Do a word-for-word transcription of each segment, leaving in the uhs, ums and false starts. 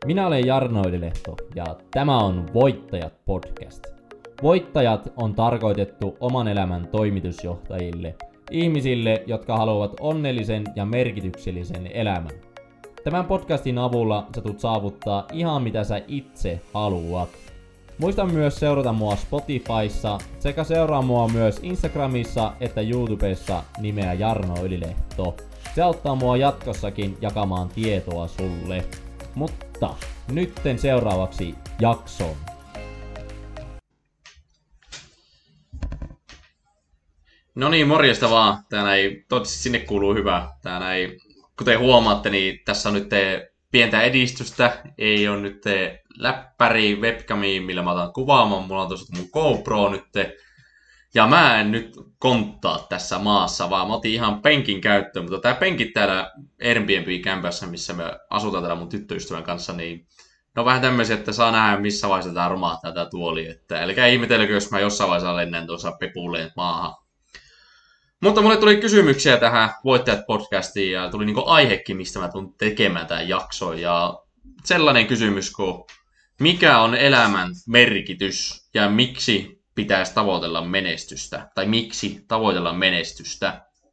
Minä olen Jarno Ylilehto ja tämä on Voittajat podcast. Voittajat on tarkoitettu oman elämän toimitusjohtajille, ihmisille, jotka haluavat onnellisen ja merkityksellisen elämän. Tämän podcastin avulla sä tulet saavuttaa ihan mitä sä itse haluat. Muista myös seurata mua Spotifyssa sekä seuraa mua myös Instagramissa että YouTubessa nimeä Jarno Ylilehto. Se auttaa mua jatkossakin jakamaan tietoa sulle. Mutta nytten seuraavaksi jaksoon. No niin, morjesta vaan. Täällä ei, toivottavasti sinne kuuluu hyvä. Täällä ei, kuten huomaatte, niin tässä on nyt pientä edistystä. Ei ole nyt läppäri, webcami, millä mä otan kuvaamaan. Mulla on tuossa mun GoPro nyt. Ja mä en nyt konttaa tässä maassa, vaan mä otin ihan penkin käyttöön. Mutta tää penkit täällä Airbnb-kämpässä, missä me asutaan täällä mun tyttöystävän kanssa, niin ne on vähän tämmöisiä, että saa nähdä missä vaiheessa tää romahtaa tää tuoli. Että älkää ihmetelkö, jos mä jossain vaiheessa lennän tuossa pepulleen maahan. Mutta mulle tuli kysymyksiä tähän Voittajat-podcastiin ja tuli niinku aihekin, mistä mä tulen tekemään tämän jakson. Ja sellainen kysymys kuin, mikä on elämän merkitys ja miksi pitäisi tavoitella menestystä? Tai miksi tavoitella menestystä?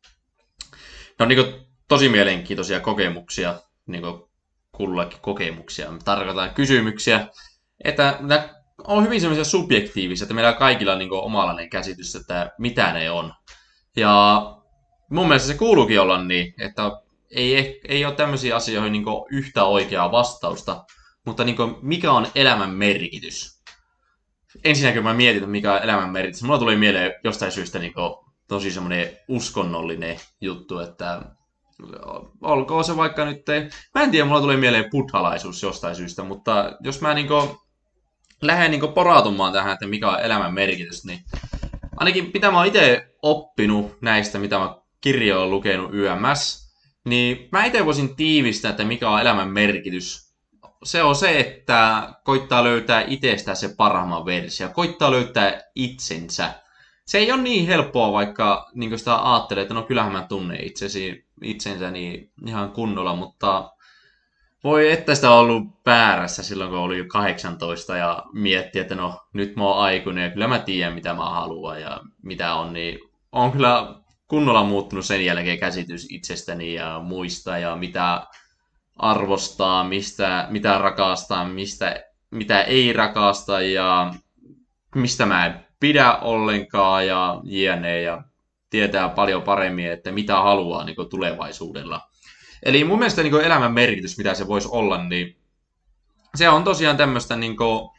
Ne on niinku tosi mielenkiintoisia kokemuksia, niinku kullakin kokemuksia. Me tarkoitan kysymyksiä, että nämä on hyvin semmoisia subjektiivisia, että meillä kaikilla on niinku omalainen käsitys, että mitä ne on. Ja mun mielestä se kuuluukin olla niin, että ei, ei ole tämmöisiä asioihin niin yhtä oikeaa vastausta, mutta niin kuin, mikä on elämän merkitys? Ensinnäkin mä mietin, että mikä on elämän merkitys. Mulla tuli mieleen jostain syystä niin kuin, tosi semmoinen uskonnollinen juttu, että olkoon se vaikka nyt, mä en tiedä, mulla tuli mieleen buddhalaisuus jostain syystä, mutta jos mä niin kuin, lähden niin kuin, porautumaan tähän, että mikä on elämän merkitys, niin ainakin mitä mä oon itse oppinut näistä, mitä mä kirjoja oon lukenut Y M S, niin mä itse voisin tiivistää, että mikä on elämän merkitys. Se on se, että koittaa löytää itsestään se parhaimman versio, koittaa löytää itsensä. Se ei ole niin helppoa, vaikka niin sitä ajattelee, että no kyllähän mä tunnen itsesi, itsensä niin ihan kunnolla, mutta voi että sitä on ollut väärässä silloin, kun oli jo kahdeksantoista ja mietti, että no nyt mä oon aikuinen ja kyllä mä tiedän, mitä mä haluan ja mitä on, niin on kyllä kunnolla muuttunut sen jälkeen käsitys itsestäni ja muista ja mitä arvostaa, mistä, mitä rakastaa, mistä, mitä ei rakasta ja mistä mä en pidä ollenkaan ja jne. Ja tietää paljon paremmin, että mitä haluaa niin kuin tulevaisuudella. Eli mun mielestä niin kuin elämän merkitys, mitä se voisi olla, niin se on tosiaan tämmöistä niin kuin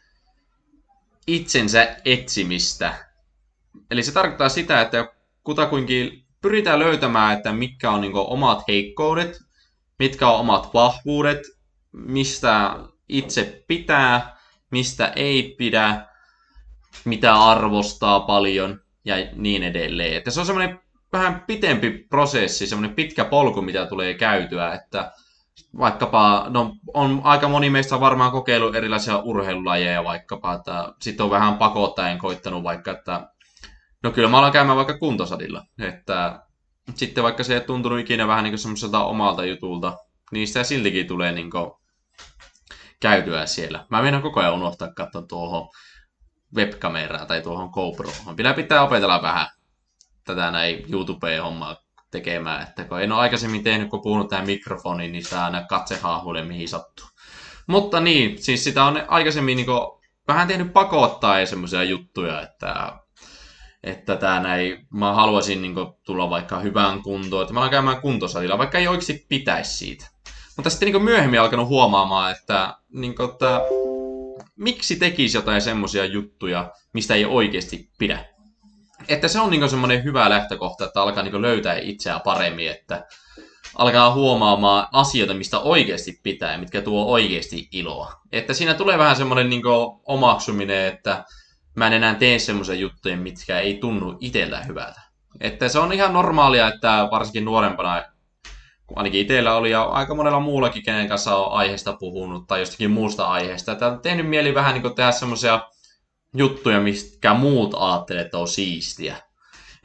itsensä etsimistä. Eli se tarkoittaa sitä, että kutakuinkin pyritään löytämään, että mitkä on niin kuin omat heikkoudet, mitkä on omat vahvuudet, mistä itse pitää, mistä ei pidä, mitä arvostaa paljon ja niin edelleen. Että se on semmoinen vähän pitempi prosessi, semmoinen pitkä polku, mitä tulee käytyä, että vaikkapa, no on aika moni meistä varmaan kokeillut erilaisia urheilulajeja vaikkapa, että sitten on vähän pakottaen koittanut vaikka, että no kyllä mä alan käymään vaikka kuntosalilla, että sitten vaikka se ei tuntunut ikinä vähän niin kuin semmoiselta omalta jutulta, niin sitä siltikin tulee niin kuin käytyä siellä. Mä meinaan koko ajan unohtaa katsoa tuohon webkameraan tai tuohon GoProon. Pitää pitää opetella vähän tätä näin YouTubeen-hommaa tekemään, että kun en ole aikaisemmin tehnyt, kun puhunut tähän mikrofoniin, niin sitä aina katsehaahuille mihin sattuu. Mutta niin, siis sitä on aikaisemmin niin kuin, vähän tehnyt pakottaa ja semmoisia juttuja, että, että tää näin, mä haluaisin niin kuin, tulla vaikka hyvään kuntoon, että mä alan käymään kuntosalilla, vaikka ei oikeasti pitäisi siitä. Mutta sitten niin kuin, myöhemmin alkanut huomaamaan, että, niin kuin, että miksi tekisi jotain semmoisia juttuja, mistä ei oikeasti pidä. Että se on niinku semmoinen hyvä lähtökohta, että alkaa niinku löytää itseään paremmin, että alkaa huomaamaan asioita, mistä oikeasti pitää ja mitkä tuo oikeasti iloa. Että siinä tulee vähän semmoinen niinku omaksuminen, että mä en enää tee semmoisia juttuja, mitkä ei tunnu itsellä hyvältä. Että se on ihan normaalia, että varsinkin nuorempana, kun ainakin itsellä oli ja aika monella muullakin, kenen kanssa on aiheesta puhunut tai jostakin muusta aiheesta, että on tehnyt mieli vähän niinku tehdä semmoisia juttuja, mitkä muut ajattelee, että on siistiä.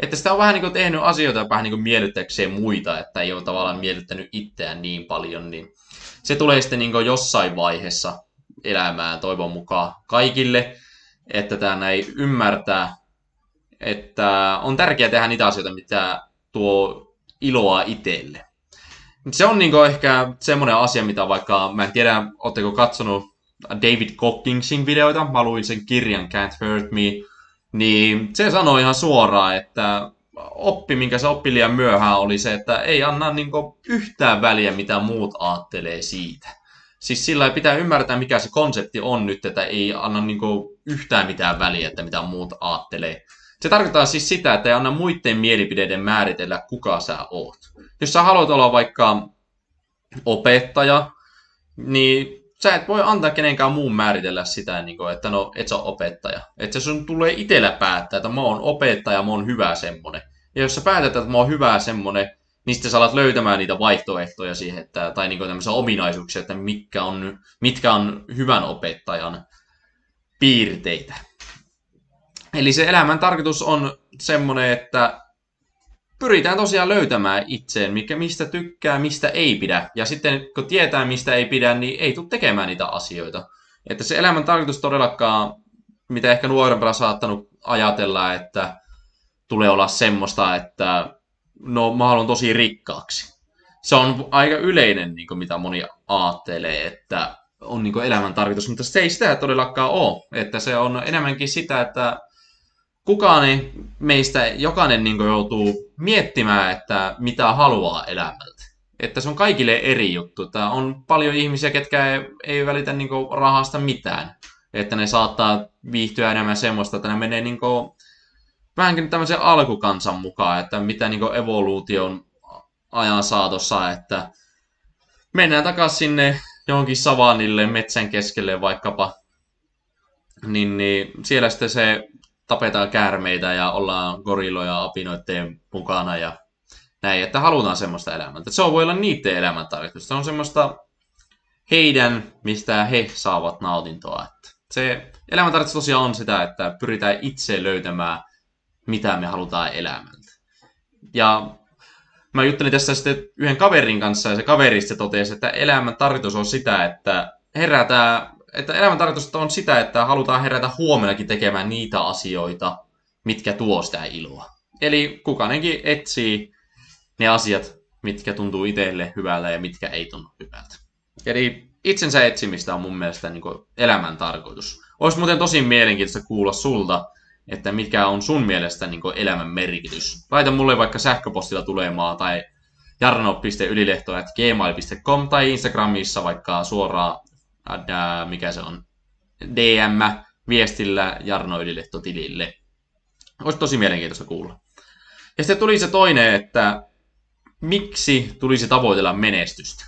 Että sitä on vähän niin kuin tehnyt asioita vähän niin kuin miellyttäkseen muita, että ei ole tavallaan miellyttänyt itseään niin paljon, niin se tulee sitten niin kuin jossain vaiheessa elämään toivon mukaan kaikille, että tämä ei ymmärtää, että on tärkeää tehdä niitä asioita, mitä tuo iloa itselle. Se on niin kuin ehkä semmoinen asia, mitä vaikka, mä en tiedä, ootteko katsonut David Goggingsin videoita, mä luin sen kirjan Can't Hurt Me, niin se sanoi ihan suoraan, että oppi, minkä se oppi liian myöhään, oli se, että ei anna niin kuin yhtään väliä, mitä muut aattelee siitä. Siis sillä pitää ymmärtää, mikä se konsepti on nyt, että ei anna niin kuin yhtään mitään väliä, että mitä muut aattelee. Se tarkoittaa siis sitä, että ei anna muiden mielipideiden määritellä, kuka sä oot. Jos sä haluat olla vaikka opettaja, niin sä et voi antaa kenenkään muun määritellä sitä, että no, et sä ole opettaja. Että se sun tulee itsellä päättää, että mä oon opettaja, mä oon hyvä semmonen. Ja jos sä päätät, että mä oon hyvä semmonen, niin sitten sä alat löytämään niitä vaihtoehtoja siihen, että, tai niin tämmöisiä ominaisuuksia, että mitkä on, mitkä on hyvän opettajan piirteitä. Eli se elämän tarkoitus on semmoinen, että pyritään tosiaan löytämään itseen, mikä, mistä tykkää, mistä ei pidä. Ja sitten kun tietää, mistä ei pidä, niin ei tule tekemään niitä asioita. Että se elämän tarkoitus todellakaan, mitä ehkä nuorempana saattanut ajatella, että tulee olla semmoista, että no mä haluan tosi rikkaaksi. Se on aika yleinen, niin kuin mitä moni ajattelee, että on niin kuin elämän tarkoitus, mutta se ei sitä todellakaan ole. Että se on enemmänkin sitä, että kukaan meistä, jokainen niin kuin joutuu miettimään, että mitä haluaa elämältä. Että se on kaikille eri juttu. Että on paljon ihmisiä, ketkä ei, ei välitä niin kuin rahasta mitään. Että ne saattaa viihtyä enemmän semmoista, että ne menee niin kuin vähänkin tämmöisen alkukansan mukaan, että mitä niin kuin evoluution ajan saatossa, että mennään takaisin sinne johonkin savannille, metsän keskelle vaikkapa, niin, niin siellä sitten se tapetaan käärmeitä ja ollaan gorilloja apinoitteen mukana ja näin, että halutaan semmoista elämää. Se on voi olla niiden elämäntarkoitus. Se on semmoista heidän, mistä he saavat nautintoa. Että se elämäntarkoitus tosiaan on sitä, että pyritään itse löytämään, mitä me halutaan elämältä. Ja mä juttelin tässä sitten yhden kaverin kanssa ja se kaveri sitten totesi, että elämän tarkoitus on sitä, että herätään, että elämän tarkoitus on sitä, että halutaan herätä huomenakin tekemään niitä asioita, mitkä tuo sitä iloa. Eli kukainenkin etsii ne asiat, mitkä tuntuu itselle hyvältä ja mitkä ei tunnu hyvältä. Eli itsensä etsimistä on mun mielestä niin kuin elämän tarkoitus. Olisi muuten tosi mielenkiintoista kuulla sulta, että mikä on sun mielestä niin kuin elämän merkitys. Laita mulle vaikka sähköpostilla tulemaan tai jarno piste ylilehto ät gmail piste com tai Instagramissa vaikka suoraan, äh, mikä se on, D M-viestillä Jarno Ylilehto tilille. Olisi tosi mielenkiintoista kuulla. Ja sitten tuli se toinen, että miksi tulisi tavoitella menestystä.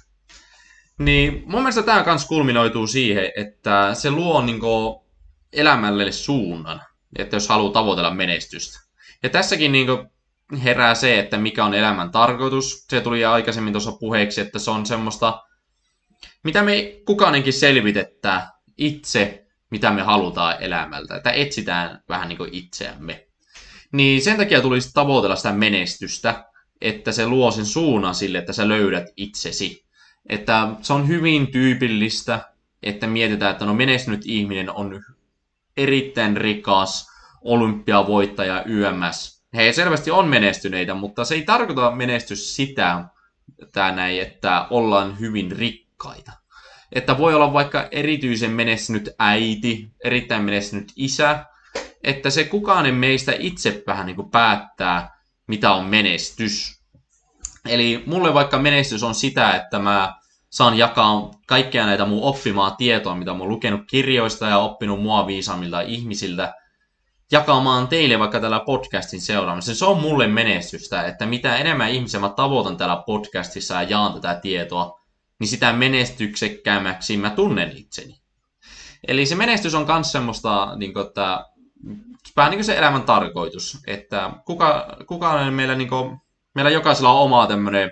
Niin mun mielestä tämä kans kulminoituu siihen, että se luo niin kuin elämälle suunnan, että jos haluaa tavoitella menestystä. Ja tässäkin niin kuin herää se, että mikä on elämän tarkoitus. Se tuli aikaisemmin tuossa puheeksi, että se on semmoista, mitä me kukainenkin selvitetään itse, mitä me halutaan elämältä. Että etsitään vähän niin kuin itseämme. Niin sen takia tulisi tavoitella sitä menestystä, että se luo sen suunnan sille, että sä löydät itsesi. Että se on hyvin tyypillistä, että mietitään, että no menestynyt ihminen on erittäin rikas, olympiavoittaja, Y M S. He selvästi on menestyneitä, mutta se ei tarkoita menestys sitä, näin, että ollaan hyvin rikkaita. Että voi olla vaikka erityisen menestynyt äiti, erittäin menestynyt isä, että se kukaan meistä itse vähän niin kuin päättää, mitä on menestys. Eli mulle vaikka menestys on sitä, että mä saan jakaa kaikkea näitä mun oppimaa tietoa, mitä mä oon lukenut kirjoista ja oppinut mua viisaammilta ihmisiltä, jakamaan teille vaikka tällä podcastin seuraamassa. Se on mulle menestystä, että mitä enemmän ihmisiä mä tavoitan täällä podcastissa ja jaan tätä tietoa, niin sitä menestyksekkäämmäksi mä tunnen itseni. Eli se menestys on myös semmoista, niin kuin, että vähän niin kuin se elämän tarkoitus, että kuka, kuka meillä, niin kuin, meillä jokaisella on oma tämmöinen,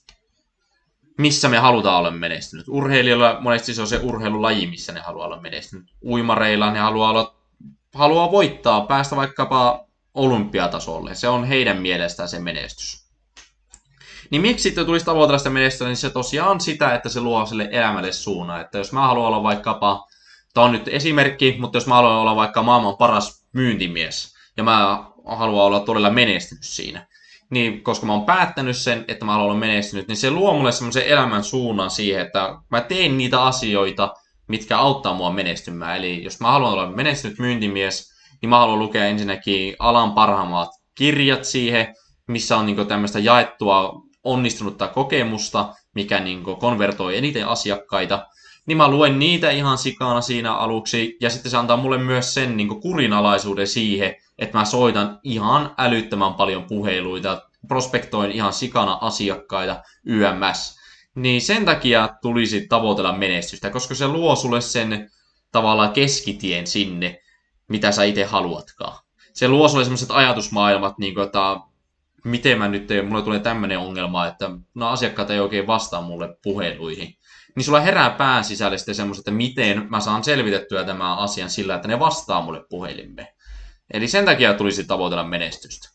missä me halutaan olla menestynyt. Urheilijoilla monesti se on se urheilulaji, missä ne haluaa olla menestynyt. Uimareilla ne haluaa, olla, haluaa voittaa, päästä vaikkapa olympiatasolle. Se on heidän mielestään se menestys. Niin miksi sitten tulisi tavoitella sitä menestystä, niin se tosiaan sitä, että se luo sille elämälle suunnan. Että jos mä haluan olla vaikkapa, tämä on nyt esimerkki, mutta jos mä haluan olla vaikka maailman paras myyntimies, ja mä haluan olla todella menestynyt siinä, niin koska mä oon päättänyt sen, että mä haluan olla menestynyt, niin se luo mulle semmoisen elämän suunnan siihen, että mä teen niitä asioita, mitkä auttaa mua menestymään. Eli jos mä haluan olla menestynyt myyntimies, niin mä haluan lukea ensinnäkin alan parhaimmat kirjat siihen, missä on niin tämmöistä jaettua onnistunutta kokemusta, mikä niin konvertoi eniten asiakkaita, niin mä luen niitä ihan sikana siinä aluksi, ja sitten se antaa mulle myös sen niin kurinalaisuuden siihen, että mä soitan ihan älyttömän paljon puheluita, prospektoin ihan sikana asiakkaita yms. Niin sen takia tulisi tavoitella menestystä, koska se luo sulle sen tavallaan keskitien sinne, mitä sä itse haluatkaan. Se luo sulle sellaiset ajatusmaailmat, niin kuin, että miten mä nyt teen, mulle tulee tämmöinen ongelma, että no asiakkaat ei oikein vastaa mulle puheluihin. Niin sulla herää pään sisälle sitten semmoista, että miten mä saan selvitettyä tämän asian sillä, että ne vastaa mulle puhelimeen. Eli sen takia tulisi tavoitella menestystä.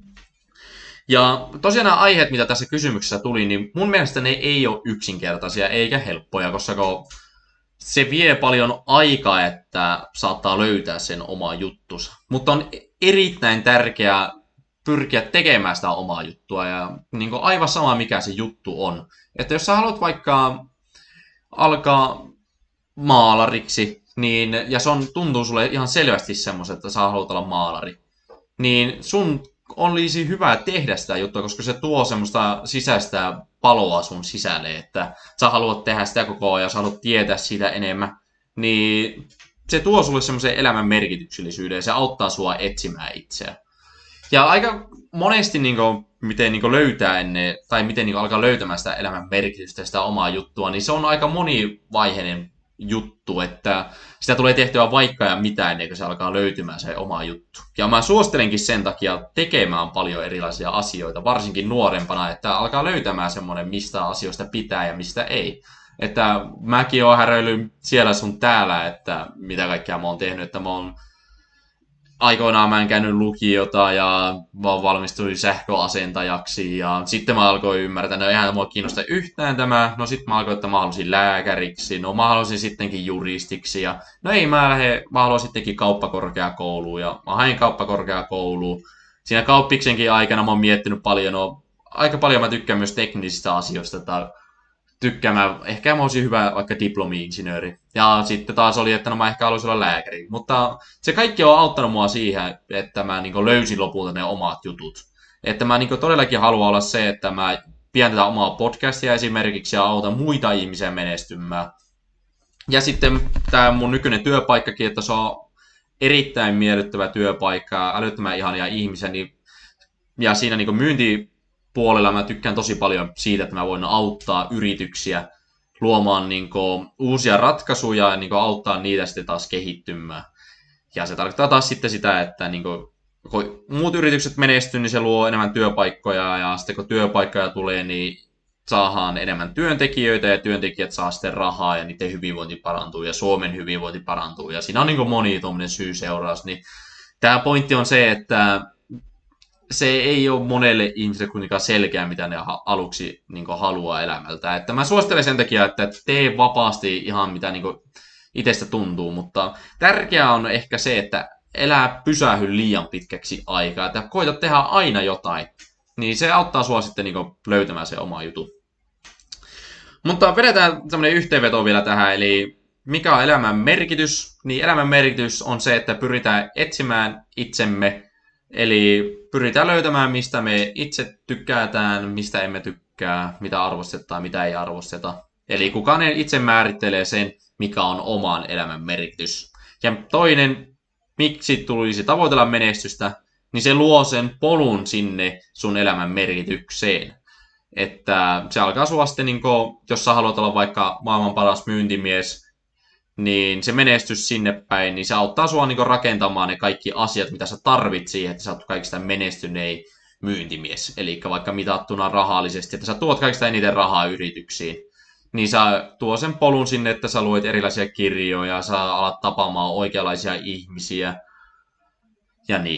Ja tosiaan nämä aiheet, mitä tässä kysymyksessä tuli, niin mun mielestä ne ei ole yksinkertaisia eikä helppoja, koska se vie paljon aikaa, että saattaa löytää sen oma juttunsa. Mutta on erittäin tärkeää pyrkiä tekemään sitä omaa juttua ja niin kuin aivan sama mikä se juttu on. Että jos sä haluat vaikka alkaa maalariksi, niin, ja se on, tuntuu sulle ihan selvästi semmoiset, että sä haluat olla maalari, niin sun olisi hyvä tehdä sitä juttua, koska se tuo semmoista sisäistä paloa sun sisälle, että sä haluat tehdä sitä koko ajan, sä haluat tietää siitä enemmän, niin se tuo sulle semmoisen elämän merkityksellisyyden ja se auttaa sua etsimään itseä. Ja aika monesti niin kuin, miten niin kuin löytää ennen, tai miten niin kuin alkaa löytämään sitä elämän merkitystä ja sitä omaa juttua, niin se on aika monivaiheinen juttu, että sitä tulee tehtyä vaikka ja mitä ennen kuin se alkaa löytymään se oma juttu. Ja mä suosittelenkin sen takia tekemään paljon erilaisia asioita, varsinkin nuorempana, että alkaa löytämään semmoinen, mistä asioista pitää ja mistä ei. Että mäkin oon häröillyt siellä sun täällä, että mitä kaikkea mä oon tehnyt, että mä oon aikoinaan mä en käynyt lukiota ja mä valmistuin sähköasentajaksi ja sitten mä alkoin ymmärtää, että no eihän mua kiinnosta yhtään tämä. No sitten mä alkoin, että mä halusin lääkäriksi, no mä halusin sittenkin juristiksi ja no ei mä lähde, mä haluan sittenkin kauppakorkeakouluun ja mä hain kauppakorkeakouluun. Siinä kauppiksenkin aikana mä oon miettinyt paljon, no aika paljon mä tykkään myös teknisistä asioista tai tykkäämään, ehkä mä olisin hyvä vaikka diplomi-insinööri. Ja sitten taas oli, että no mä ehkä haluaisin olla lääkäri. Mutta se kaikki on auttanut mua siihen, että mä niin löysin lopulta ne omat jutut. Että mä niin todellakin haluan olla se, että mä pidän tätä omaa podcastia esimerkiksi ja autan muita ihmisiä menestymään. Ja sitten tämä mun nykyinen työpaikkakin, että se on erittäin miellyttävä työpaikka, älyttömän ihania ihmisiä. Niin, ja siinä niin myynti puolella mä tykkään tosi paljon siitä, että mä voin auttaa yrityksiä luomaan niin kuin, uusia ratkaisuja ja niin kuin, auttaa niitä sitten taas kehittymään. Ja se tarkoittaa taas sitten sitä, että niin kuin, kun muut yritykset menestyy, niin se luo enemmän työpaikkoja ja sitten kun työpaikkoja tulee, niin saadaan enemmän työntekijöitä ja työntekijät saa sitten rahaa ja niiden hyvinvointi parantuu ja Suomen hyvinvointi parantuu. Ja siinä on niin kuin, moni tuommoinen syy-seuraus. Niin tämä pointti on se, että se ei ole monelle ihmiselle kuitenkaan selkeä, mitä ne aluksi niin kuin, haluaa elämältä. Että mä suosittelen sen takia, että tee vapaasti ihan mitä niin kuin, itsestä tuntuu, mutta tärkeää on ehkä se, että elää pysähy liian pitkäksi aikaa, että koita tehdä aina jotain, niin se auttaa sua sitten niin kuin, löytämään se oma jutu. Mutta vedetään tämmöinen yhteenveto vielä tähän, eli mikä on elämän merkitys? Niin elämän merkitys on se, että pyritään etsimään itsemme. Eli pyritään löytämään, mistä me itse tykkäätään, mistä emme tykkää, mitä arvostetaan, mitä ei arvosteta. Eli kukaan itse määrittelee sen, mikä on oman elämän merkitys. Ja toinen, miksi tulisi tavoitella menestystä, niin se luo sen polun sinne sun elämän merkitykseen. Että se alkaa sua sitten, niin kun, jos sä haluat olla vaikka maailman paras myyntimies, niin se menestys sinne päin, niin se auttaa sua niin rakentamaan ne kaikki asiat, mitä sä tarvit siihen, että sä oot kaikista menestynein myyntimies. Eli vaikka mitattuna rahallisesti, että sä tuot kaikista eniten rahaa yrityksiin. Niin sä tuo sen polun sinne, että sä luet erilaisia kirjoja, sä alat tapaamaan oikeanlaisia ihmisiä ja niin.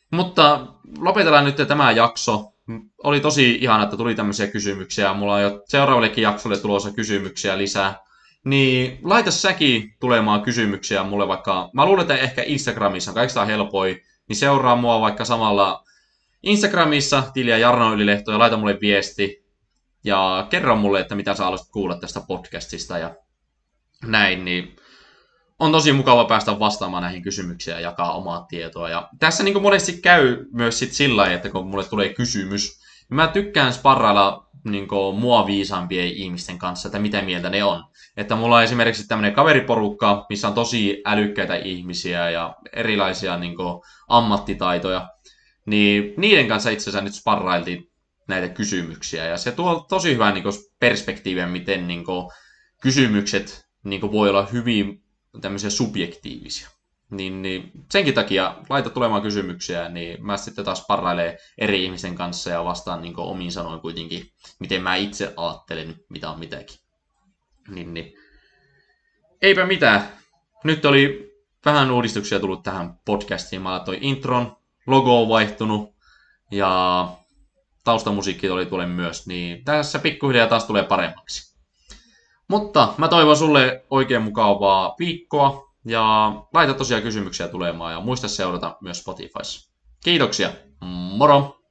Mutta lopetellaan nyt tämä jakso. Oli tosi ihana, että tuli tämmöisiä kysymyksiä. Mulla on jo seuraavallekin jaksolle tulossa kysymyksiä lisää. Niin laita säkin tulemaan kysymyksiä mulle vaikka, mä luulen, että ehkä Instagramissa on kaikista helpoin, niin seuraa mua vaikka samalla Instagramissa, tiliä Jarno Ylilehto, ja laita mulle viesti. Ja kerro mulle, että mitä sä haluaisit kuulla tästä podcastista ja näin, niin on tosi mukava päästä vastaamaan näihin kysymyksiin ja jakaa omaa tietoa. Ja tässä niin kuin monesti käy myös sit sillä lailla, että kun mulle tulee kysymys, niin mä tykkään sparrailla niin kuin mua viisaampien ihmisten kanssa, että mitä mieltä ne on. Että mulla on esimerkiksi tämmöinen kaveriporukka, missä on tosi älykkäitä ihmisiä ja erilaisia niin kuin ammattitaitoja. Niin niiden kanssa itse asiassa nyt sparrailtiin näitä kysymyksiä. Ja se tuo tosi hyvää niin kuin perspektiiviä, miten niin kuin kysymykset niin kuin voi olla hyvin tämmöisiä subjektiivisia. Niin, niin senkin takia laita tulemaan kysymyksiä, niin mä sitten taas parrailee eri ihmisten kanssa ja vastaan niin kuin omiin sanoin kuitenkin, miten mä itse ajattelen, mitä on mitäkin. Niin, niin. Eipä mitään. Nyt oli vähän uudistuksia tullut tähän podcastiin. Mä laitoin intron, logo on vaihtunut ja taustamusiikki oli tulee myös, niin tässä pikkuhiljaa taas tulee paremmaksi. Mutta mä toivon sulle oikein mukavaa viikkoa ja laita tosiaan kysymyksiä tulemaan ja muista seurata myös Spotifyssa. Kiitoksia, moro!